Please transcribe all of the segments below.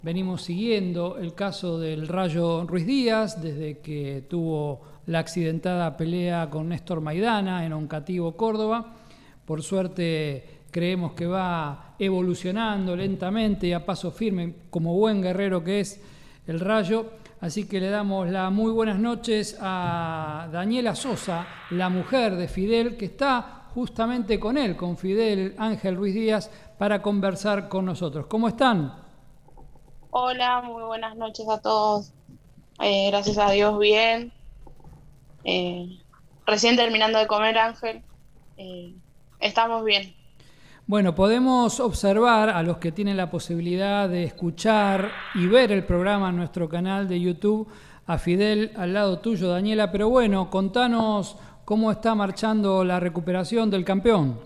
Venimos siguiendo el caso del Rayo Ruiz Díaz desde que tuvo la accidentada pelea con Néstor Maidana en Oncativo, Córdoba. Por suerte creemos que va evolucionando lentamente y a paso firme, como buen guerrero que es el Rayo. Así que le damos las muy buenas noches a Daniela Sosa, la mujer de Fidel, que está justamente con él, con Fidel Ángel Ruiz Díaz, para conversar con nosotros. ¿Cómo están? Hola, muy buenas noches a todos. Gracias a Dios, bien. Eh, Recién terminando de comer, Ángel. Eh, Estamos bien. Bueno, podemos observar a los que tienen la posibilidad de escuchar y ver el programa en nuestro canal de YouTube a Fidel al lado tuyo, Daniela, pero bueno, contanos cómo está marchando la recuperación del campeón.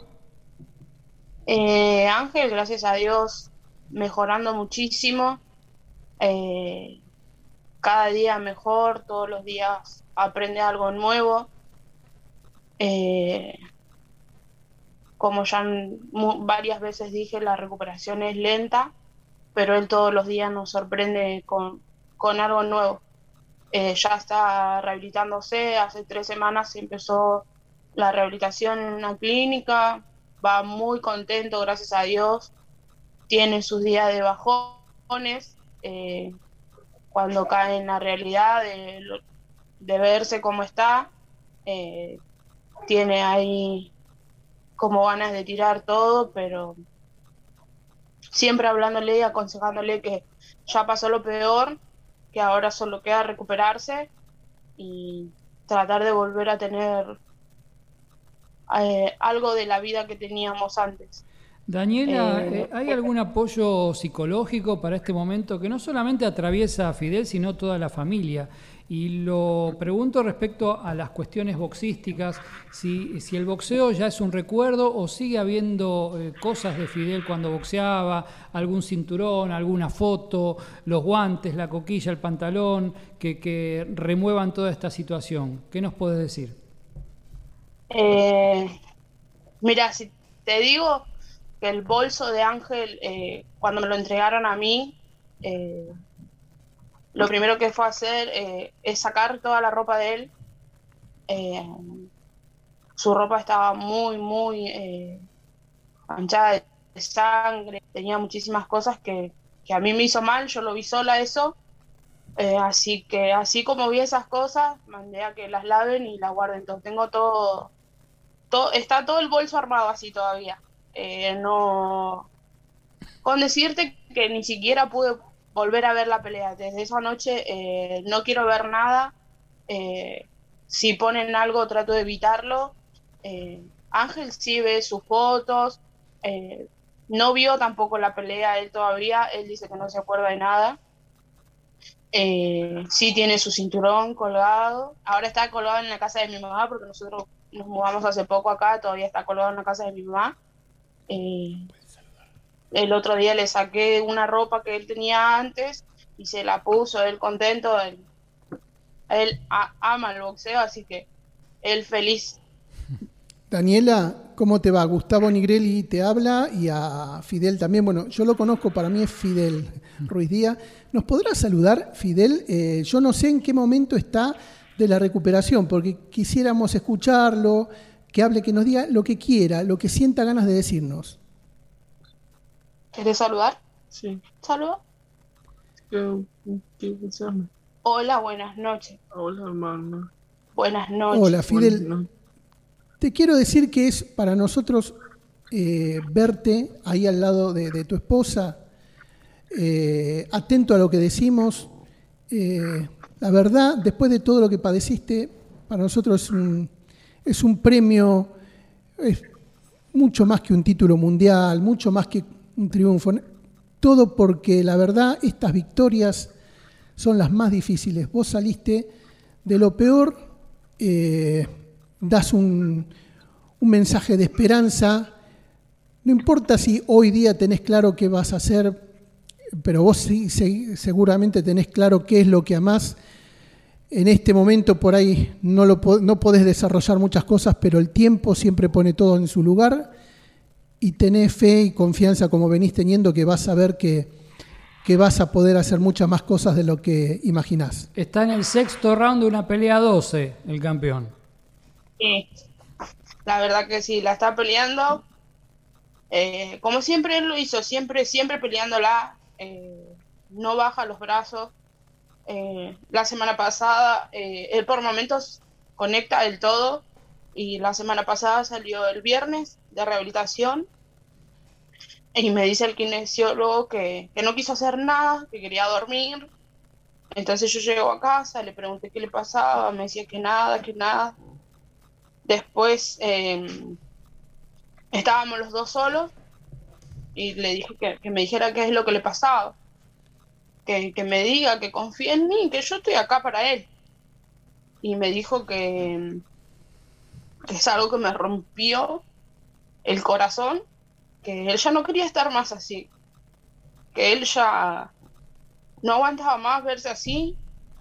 Ángel, gracias a Dios, mejorando muchísimo. Eh, Cada día mejor, todos los días aprende algo nuevo. Eh, Como ya varias veces dije, la recuperación es lenta, pero él todos los días nos sorprende con algo nuevo. Ya está rehabilitándose, hace 3 semanas empezó la rehabilitación en una clínica, va muy contento, gracias a Dios, tiene sus días de bajones, cuando cae en la realidad de verse cómo está, eh, tiene ahí como ganas de tirar todo, pero siempre hablándole y aconsejándole que ya pasó lo peor, que ahora solo queda recuperarse y tratar de volver a tener algo de la vida que teníamos antes. Daniela, Eh, ¿hay algún apoyo psicológico para este momento que no solamente atraviesa a Fidel, sino toda la familia? Y lo pregunto respecto a las cuestiones boxísticas, si el boxeo ya es un recuerdo o sigue habiendo cosas de Fidel cuando boxeaba, algún cinturón, alguna foto, los guantes, la coquilla, el pantalón, que remuevan toda esta situación. ¿Qué nos puedes decir? eh, Mira, si te digo que el bolso de Ángel, cuando me lo entregaron a mí, eh, lo primero que fue hacer es sacar toda la ropa de él. Eh, Su ropa estaba muy, muy manchada de sangre, tenía muchísimas cosas que a mí me hizo mal, yo lo vi sola eso. Así que así como vi esas cosas, mandé a que las laven y las guarden todo. Tengo todo, está todo el bolso armado así todavía. No, con decirte que ni siquiera pude volver a ver la pelea. Desde esa noche no quiero ver nada. Eh, si ponen algo, trato de evitarlo. Ángel sí ve sus fotos. eh, no vio tampoco la pelea él todavía. Él dice que no se acuerda de nada. Sí tiene su cinturón colgado. Ahora está colgado en la casa de mi mamá porque nosotros nos mudamos hace poco acá. Todavía está colgado en la casa de mi mamá. Eh, el otro día le saqué una ropa que él tenía antes y se la puso, él contento. Él ama el boxeo, así que él feliz. Daniela, ¿cómo te va? Gustavo Nigrelli te habla y a Fidel también. Bueno, yo lo conozco, para mí es Fidel Ruiz Díaz. ¿Nos podrá saludar, Fidel? Yo no sé en qué momento está de la recuperación, porque quisiéramos escucharlo, que hable, que nos diga lo que quiera, lo que sienta ganas de decirnos. ¿Querés saludar? Sí, ¿Saluda? ¿qué llama? Hola, buenas noches. Hola, hermano. Buenas noches. Hola, Fidel. Te quiero decir que es para nosotros verte ahí al lado de tu esposa, atento a lo que decimos. La verdad, después de todo lo que padeciste, para nosotros es un premio, es mucho más que un título mundial, mucho más que un triunfo. Todo porque la verdad, estas victorias son las más difíciles. Vos saliste de lo peor, das un mensaje de esperanza. No importa si hoy día tenés claro qué vas a hacer, pero vos sí, seguramente tenés claro qué es lo que amás. En este momento por ahí no podés desarrollar muchas cosas, pero el tiempo siempre pone todo en su lugar y tenés fe y confianza como venís teniendo, que vas a ver que que vas a poder hacer muchas más cosas de lo que imaginás. Está en el 6º round de una pelea 12, el campeón. Sí, la verdad que sí, la está peleando. Como siempre él lo hizo, siempre peleándola. No baja los brazos. La semana pasada, él por momentos conecta del todo. Y la semana pasada salió el viernes de rehabilitación. Y me dice el kinesiólogo que no quiso hacer nada, que quería dormir. Entonces yo llego a casa, le pregunté qué le pasaba, me decía que nada, que nada. Después estábamos los dos solos y le dije que me dijera qué es lo que le pasaba. Que me diga, que confíe en mí, que yo estoy acá para él. Y me dijo que es algo que me rompió el corazón, que él ya no quería estar más así, que él ya no aguantaba más verse así,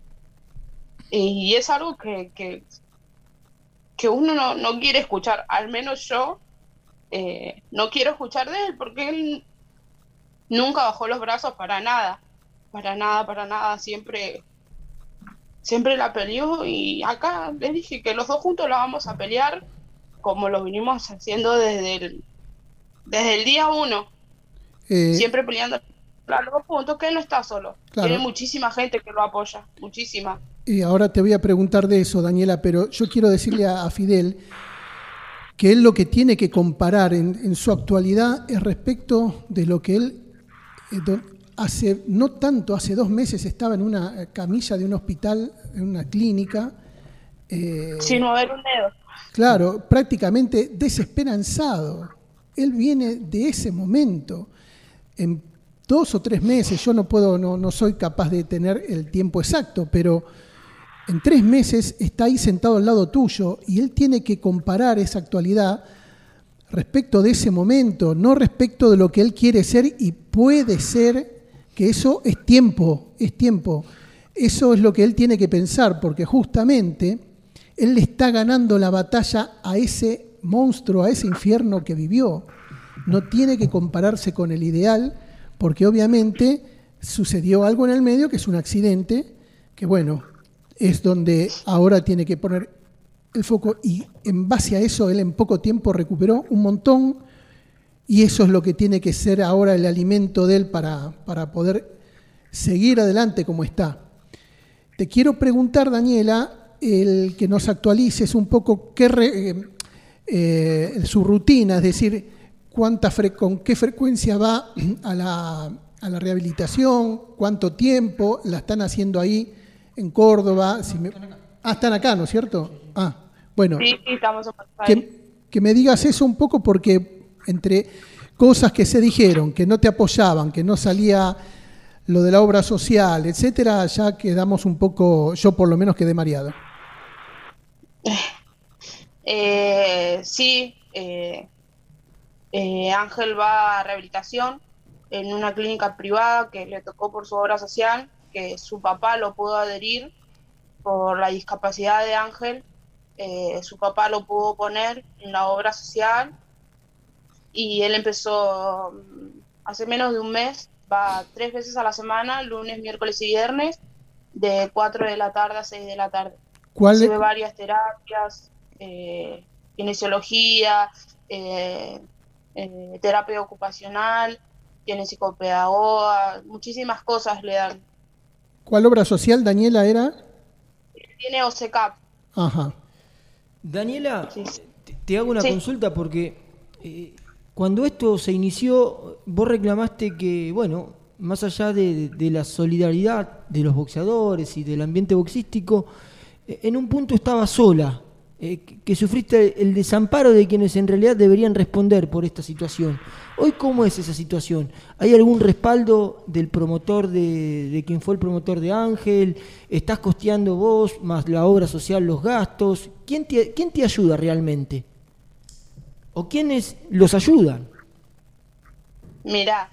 y es algo que uno no quiere escuchar, al menos yo no quiero escuchar de él, porque él nunca bajó los brazos para nada, siempre la peleó, y acá les dije que los dos juntos la vamos a pelear, como lo vinimos haciendo desde el día 1, siempre peleando a los dos puntos, que él no está solo. Claro. Tiene muchísima gente que lo apoya, muchísima. Y ahora te voy a preguntar de eso, Daniela, pero yo quiero decirle a Fidel que él lo que tiene que comparar en su actualidad es respecto de lo que él hace 2 meses estaba en una camilla de un hospital, en una clínica. Sin mover un dedo. Claro, prácticamente desesperanzado. Él viene de ese momento. En 2 o 3 meses, yo no soy capaz de tener el tiempo exacto, pero en 3 meses está ahí sentado al lado tuyo y él tiene que comparar esa actualidad respecto de ese momento, no respecto de lo que él quiere ser, y puede ser que eso es tiempo. Eso es lo que él tiene que pensar, porque justamente él le está ganando la batalla a ese monstruo, a ese infierno que vivió. No tiene que compararse con el ideal, porque obviamente sucedió algo en el medio que es un accidente, que bueno, es donde ahora tiene que poner el foco, y en base a eso él en poco tiempo recuperó un montón, y eso es lo que tiene que ser ahora el alimento de él para poder seguir adelante como está. Te quiero preguntar, Daniela, el que nos actualices un poco su rutina, es decir, con qué frecuencia va a la rehabilitación, cuánto tiempo la están haciendo ahí en Córdoba. Están acá, ¿no es cierto? Bueno, sí, estamos en que me digas eso un poco, porque entre cosas que se dijeron, que no te apoyaban, que no salía lo de la obra social, etcétera, ya quedamos un poco, yo por lo menos quedé mareado. Sí, Ángel va a rehabilitación en una clínica privada que le tocó por su obra social, que su papá lo pudo adherir por la discapacidad de Ángel. Su papá lo pudo poner en la obra social y él empezó hace menos de un mes, va 3 veces a la semana, lunes, miércoles y viernes, de 4 de la tarde a 6 de la tarde. Recibe varias terapias, kinesiología, terapia ocupacional, tiene psicopedagoga, muchísimas cosas le dan. ¿Cuál obra social, Daniela, era? Tiene OCECAP. Ajá. Daniela, sí. Te hago una consulta porque cuando esto se inició, vos reclamaste que, bueno, más allá de la solidaridad de los boxeadores y del ambiente boxístico, en un punto estaba sola, que sufriste el desamparo de quienes en realidad deberían responder por esta situación. Hoy, ¿cómo es esa situación? ¿Hay algún respaldo del promotor, de quien fue el promotor de Ángel? ¿Estás costeando vos, más la obra social, los gastos? ¿Quién te ayuda realmente? ¿O quiénes los ayudan? Mirá,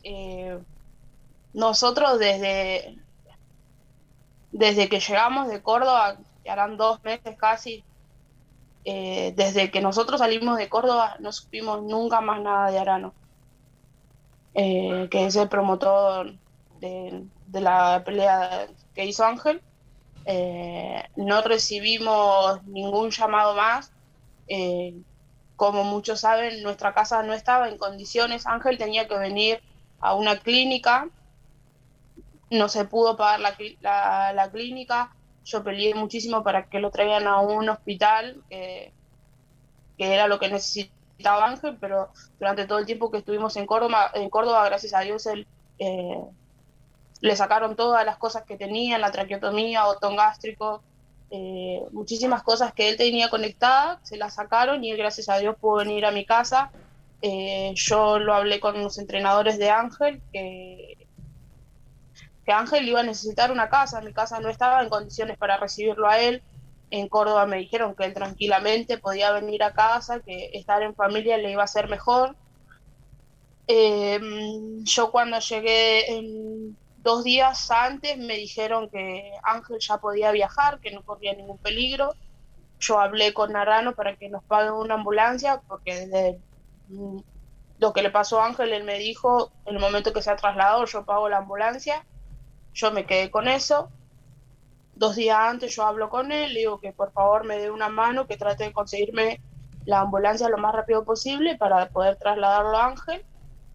nosotros desde que llegamos de Córdoba, que harán 2 meses casi, desde que nosotros salimos de Córdoba no supimos nunca más nada de Arano, que es el promotor de la pelea que hizo Ángel. No recibimos ningún llamado más. Como muchos saben, nuestra casa no estaba en condiciones. Ángel tenía que venir a una clínica, no se pudo pagar la clínica. Yo peleé muchísimo para que lo traigan a un hospital, que era lo que necesitaba Ángel, pero durante todo el tiempo que estuvimos en Córdoba, gracias a Dios, le sacaron todas las cosas que tenía, la traqueotomía, botón gástrico, muchísimas cosas que él tenía conectadas, se las sacaron y él, gracias a Dios, pudo venir a mi casa. Yo lo hablé con los entrenadores de Ángel, que Ángel iba a necesitar una casa. Mi casa no estaba en condiciones para recibirlo a él. En Córdoba me dijeron que él tranquilamente podía venir a casa, que estar en familia le iba a ser mejor. Yo cuando llegué 2 días antes me dijeron que Ángel ya podía viajar, que no corría ningún peligro. Yo hablé con Narano para que nos paguen una ambulancia, porque desde lo que le pasó a Ángel, él me dijo, en el momento que se ha trasladado, yo pago la ambulancia. Yo me quedé con eso. 2 días antes yo hablo con él, le digo que por favor me dé una mano, que trate de conseguirme la ambulancia lo más rápido posible para poder trasladarlo a Ángel.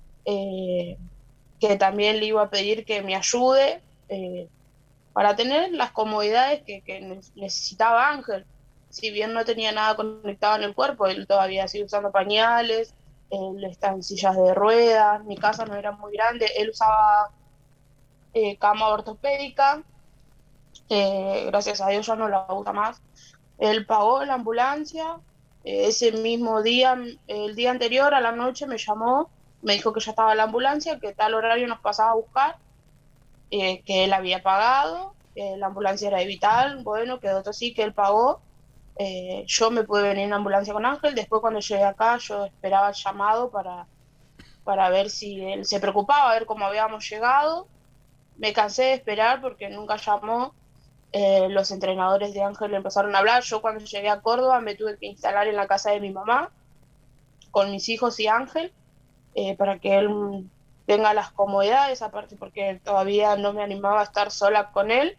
Que también le iba a pedir que me ayude para tener las comodidades que necesitaba Ángel. Si bien no tenía nada conectado en el cuerpo, él todavía sigue usando pañales, él está en sillas de ruedas, mi casa no era muy grande, él usaba cama ortopédica, gracias a Dios ya no la usa más. Él pagó la ambulancia, ese mismo día, el día anterior a la noche me llamó, me dijo que ya estaba la ambulancia, que tal horario nos pasaba a buscar, que él había pagado, que la ambulancia era de Vital, bueno, quedó todo así, que él pagó. Yo me pude venir en ambulancia con Ángel. Después, cuando llegué acá, yo esperaba el llamado para ver si él se preocupaba, a ver cómo habíamos llegado. Me cansé de esperar porque nunca llamó. Los entrenadores de Ángel empezaron a hablar. Yo, cuando llegué a Córdoba, me tuve que instalar en la casa de mi mamá con mis hijos y Ángel, para que él tenga las comodidades, aparte porque todavía no me animaba a estar sola con él,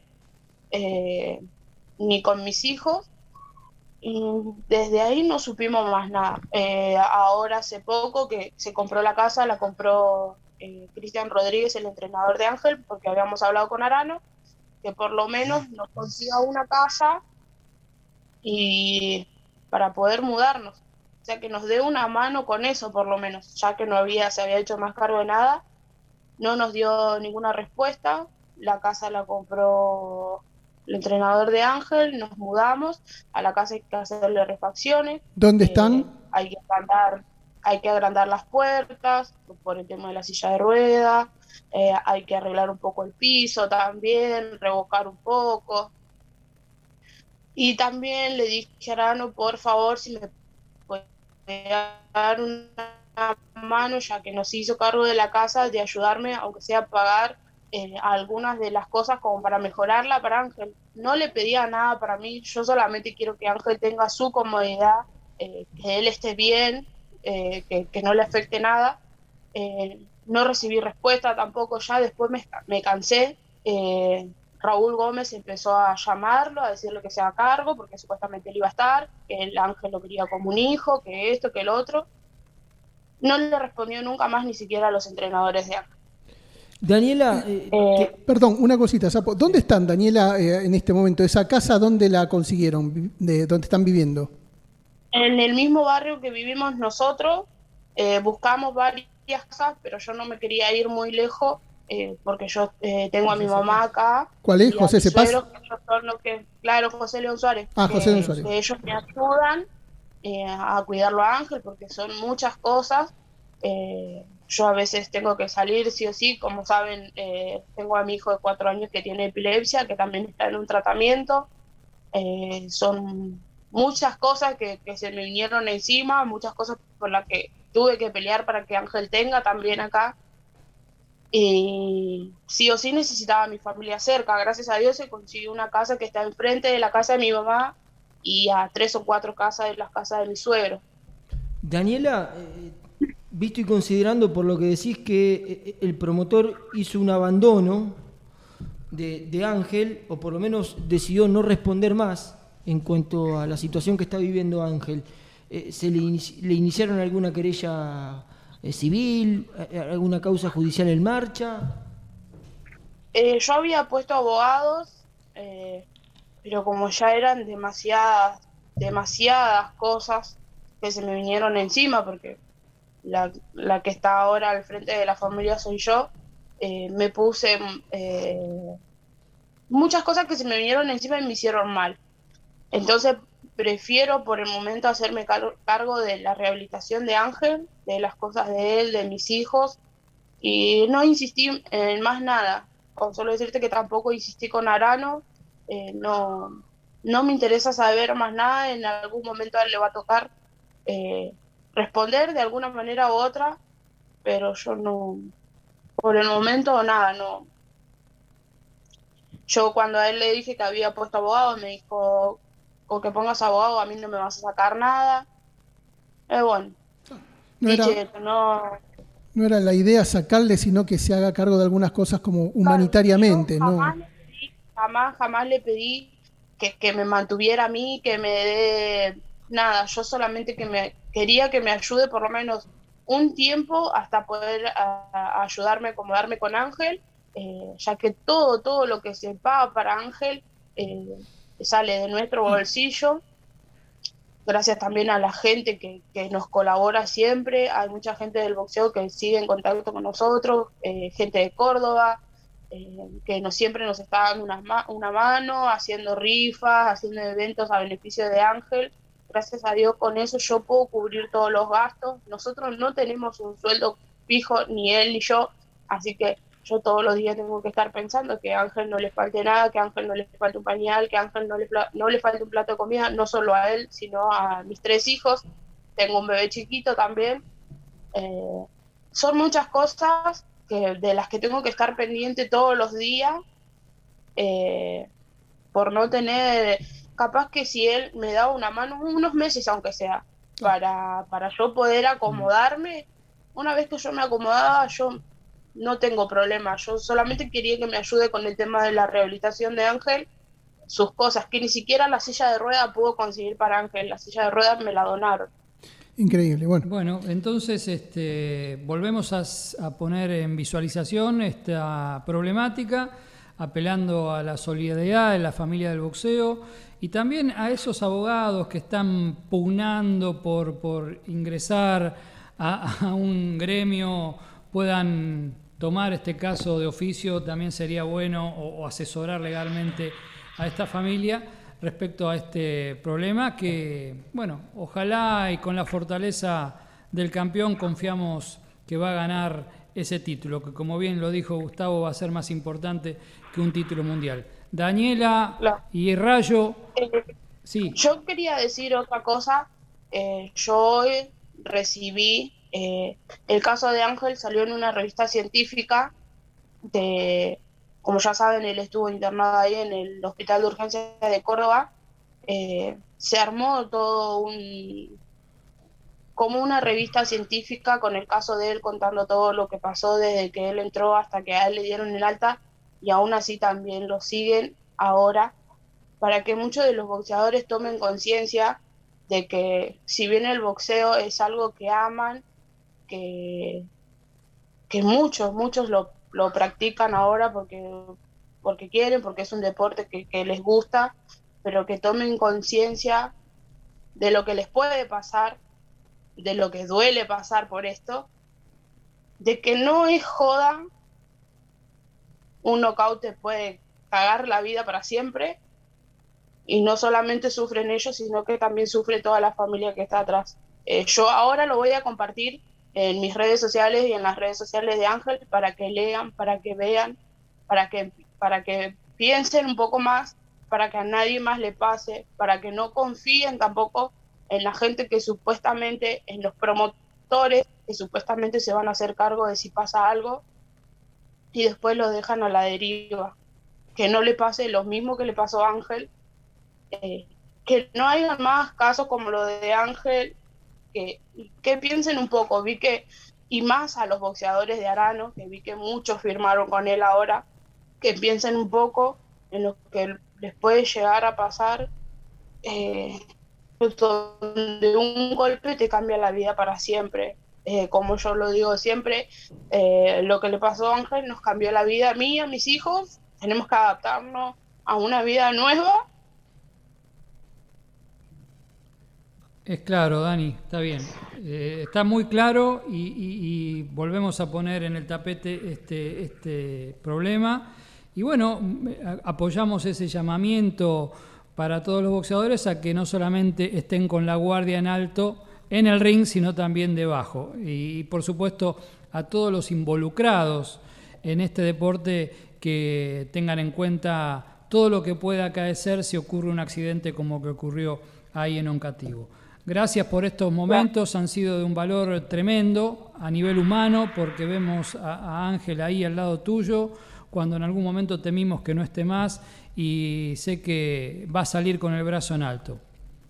ni con mis hijos. Y desde ahí no supimos más nada. Ahora hace poco que se compró la casa, la compró Cristian Rodríguez, el entrenador de Ángel, porque habíamos hablado con Arano, que por lo menos nos consiga una casa y para poder mudarnos. O sea, que nos dé una mano con eso, por lo menos, ya que se había hecho más cargo de nada. No nos dio ninguna respuesta. La casa la compró el entrenador de Ángel, nos mudamos. A la casa hay que hacerle refacciones. ¿Dónde están? Hay que agrandar las puertas por el tema de la silla de ruedas. Hay que arreglar un poco el piso también, revocar un poco. Y también le dije a Arano, por favor, si me puede dar una mano, ya que nos hizo cargo de la casa, de ayudarme, aunque sea a pagar algunas de las cosas como para mejorarla para Ángel. No le pedía nada para mí, yo solamente quiero que Ángel tenga su comodidad, que él esté bien, que no le afecte nada. No recibí respuesta tampoco, ya después me cansé. Raúl Gómez empezó a llamarlo, a decirle que se haga cargo, porque supuestamente él iba a estar, que el Ángel lo quería como un hijo, que esto, que el otro. No le respondió nunca más, ni siquiera a los entrenadores de Ángel. Daniela, perdón, una cosita, Sapo. ¿Dónde están, Daniela, en este momento? ¿Esa casa dónde la consiguieron? ¿Dónde están viviendo? En el mismo barrio que vivimos nosotros. Buscamos varias casas, pero yo no me quería ir muy lejos, porque yo tengo a mi mamá acá. ¿Cuál es? ¿José Cepaz? Claro, José León Suárez. José León Suárez. Que ellos me ayudan a cuidarlo a Ángel, porque son muchas cosas. Yo a veces tengo que salir sí o sí. Como saben, tengo a mi hijo de 4 años que tiene epilepsia, que también está en un tratamiento. Son muchas cosas que se me vinieron encima, muchas cosas por las que tuve que pelear para que Ángel tenga también acá. Y sí o sí necesitaba a mi familia cerca. Gracias a Dios se consiguió una casa que está enfrente de la casa de mi mamá y a 3 o 4 casas de las casas de mi suegro. Daniela, visto y considerando por lo que decís que el promotor hizo un abandono de Ángel, o por lo menos decidió no responder más en cuanto a la situación que está viviendo Ángel, ¿le iniciaron alguna querella civil, alguna causa judicial en marcha? Yo había puesto abogados, pero como ya eran demasiadas cosas que se me vinieron encima, porque la que está ahora al frente de la familia soy yo, me puse muchas cosas que se me vinieron encima y me hicieron mal. Entonces prefiero por el momento hacerme cargo de la rehabilitación de Ángel, de las cosas de él, de mis hijos, y no insistí en más nada. Con solo decirte que tampoco insistí con Arano, no me interesa saber más nada. En algún momento a él le va a tocar responder de alguna manera u otra, pero yo no, por el momento nada, no. Yo cuando a él le dije que había puesto abogado, me dijo, con que pongas abogado a mí no me vas a sacar nada. Bueno, No era, no era la idea sacarle, sino que se haga cargo de algunas cosas como humanitariamente, yo ¿no? Jamás le pedí que me mantuviera a mí, que me dé nada. Yo solamente quería que me ayude por lo menos un tiempo hasta poder ayudarme a acomodarme con Ángel, ya que todo lo que se paga para Ángel sale de nuestro bolsillo. Gracias también a la gente que nos colabora siempre. Hay mucha gente del boxeo que sigue en contacto con nosotros, gente de Córdoba, que siempre nos está dando una mano, haciendo rifas, haciendo eventos a beneficio de Ángel. Gracias a Dios con eso yo puedo cubrir todos los gastos. Nosotros no tenemos un sueldo fijo, ni él ni yo, así que yo todos los días tengo que estar pensando que a Ángel no le falte nada, que a Ángel no le falte un pañal, que a Ángel no le falte un plato de comida, no solo a él, sino a mis 3 hijos. Tengo un bebé chiquito también. Son muchas cosas de las que tengo que estar pendiente todos los días, por no tener, capaz que si él me da una mano, unos meses aunque sea, para yo poder acomodarme. Una vez que yo me acomodaba, yo no tengo problema. Yo solamente quería que me ayude con el tema de la rehabilitación de Ángel, sus cosas, que ni siquiera la silla de rueda pudo conseguir para Ángel. La silla de ruedas me la donaron. Increíble, Bueno, entonces volvemos a poner en visualización esta problemática, apelando a la solidaridad de la familia del boxeo y también a esos abogados que están pugnando por ingresar a un gremio, puedan tomar este caso de oficio. También sería bueno o asesorar legalmente a esta familia respecto a este problema que, bueno, ojalá y con la fortaleza del campeón confiamos que va a ganar ese título, que como bien lo dijo Gustavo va a ser más importante que un título mundial. Daniela y Rayo, sí. Yo quería decir otra cosa. Yo hoy recibí, el caso de Ángel salió en una revista científica como ya saben, él estuvo internado ahí en el Hospital de Urgencias de Córdoba. Se armó todo como una revista científica con el caso de él, contando todo lo que pasó desde que él entró hasta que a él le dieron el alta, y aún así también lo siguen ahora, para que muchos de los boxeadores tomen conciencia de que si bien el boxeo es algo que aman, que muchos lo practican ahora porque quieren, porque es un deporte que les gusta, pero que tomen conciencia de lo que les puede pasar, de lo que duele pasar por esto, de que no es joda. Un knockout te puede cagar la vida para siempre, y no solamente sufren ellos, sino que también sufre toda la familia que está atrás. Yo ahora lo voy a compartir en mis redes sociales y en las redes sociales de Ángel, para que lean, para que vean, para que piensen un poco más, para que a nadie más le pase, para que no confíen tampoco en la gente que supuestamente, en los promotores que supuestamente se van a hacer cargo de si pasa algo, y después lo dejan a la deriva. Que no le pase lo mismo que le pasó a Ángel, que no haya más casos como lo de Ángel, que piensen un poco. Vi que, y más a los boxeadores de Arano, que vi que muchos firmaron con él ahora, que piensen un poco en lo que les puede llegar a pasar, donde un golpe te cambia la vida para siempre. Como yo lo digo siempre, lo que le pasó a Ángel nos cambió la vida a mí y a mis hijos. Tenemos que adaptarnos a una vida nueva. Es claro, Dani, está bien. Está muy claro y volvemos a poner en el tapete este problema. Y bueno, apoyamos ese llamamiento para todos los boxeadores a que no solamente estén con la guardia en alto en el ring, sino también debajo. Y por supuesto a todos los involucrados en este deporte que tengan en cuenta todo lo que pueda acaecer si ocurre un accidente como que ocurrió ahí en Oncativo. Gracias por estos momentos, han sido de un valor tremendo a nivel humano, porque vemos a Ángel ahí al lado tuyo, cuando en algún momento temimos que no esté más, y sé que va a salir con el brazo en alto.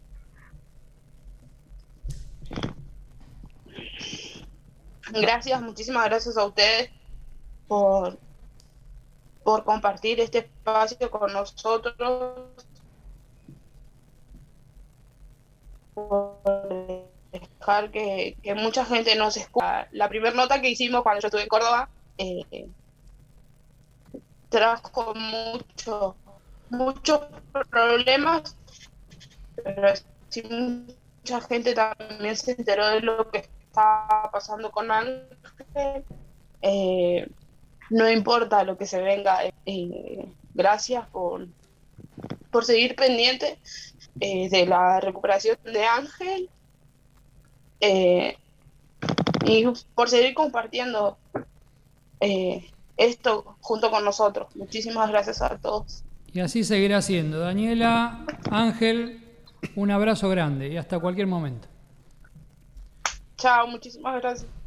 Gracias, muchísimas gracias a ustedes por compartir este espacio con nosotros, por dejar que mucha gente nos escucha. La primera nota que hicimos cuando yo estuve en Córdoba trajo muchos problemas, pero sí, mucha gente también se enteró de lo que estaba pasando con Ángel. No importa lo que se venga, gracias por seguir pendiente de la recuperación de Ángel, y por seguir compartiendo esto junto con nosotros. Muchísimas gracias a todos. Y así seguirá siendo. Daniela, Ángel, un abrazo grande y hasta cualquier momento. Chao, muchísimas gracias.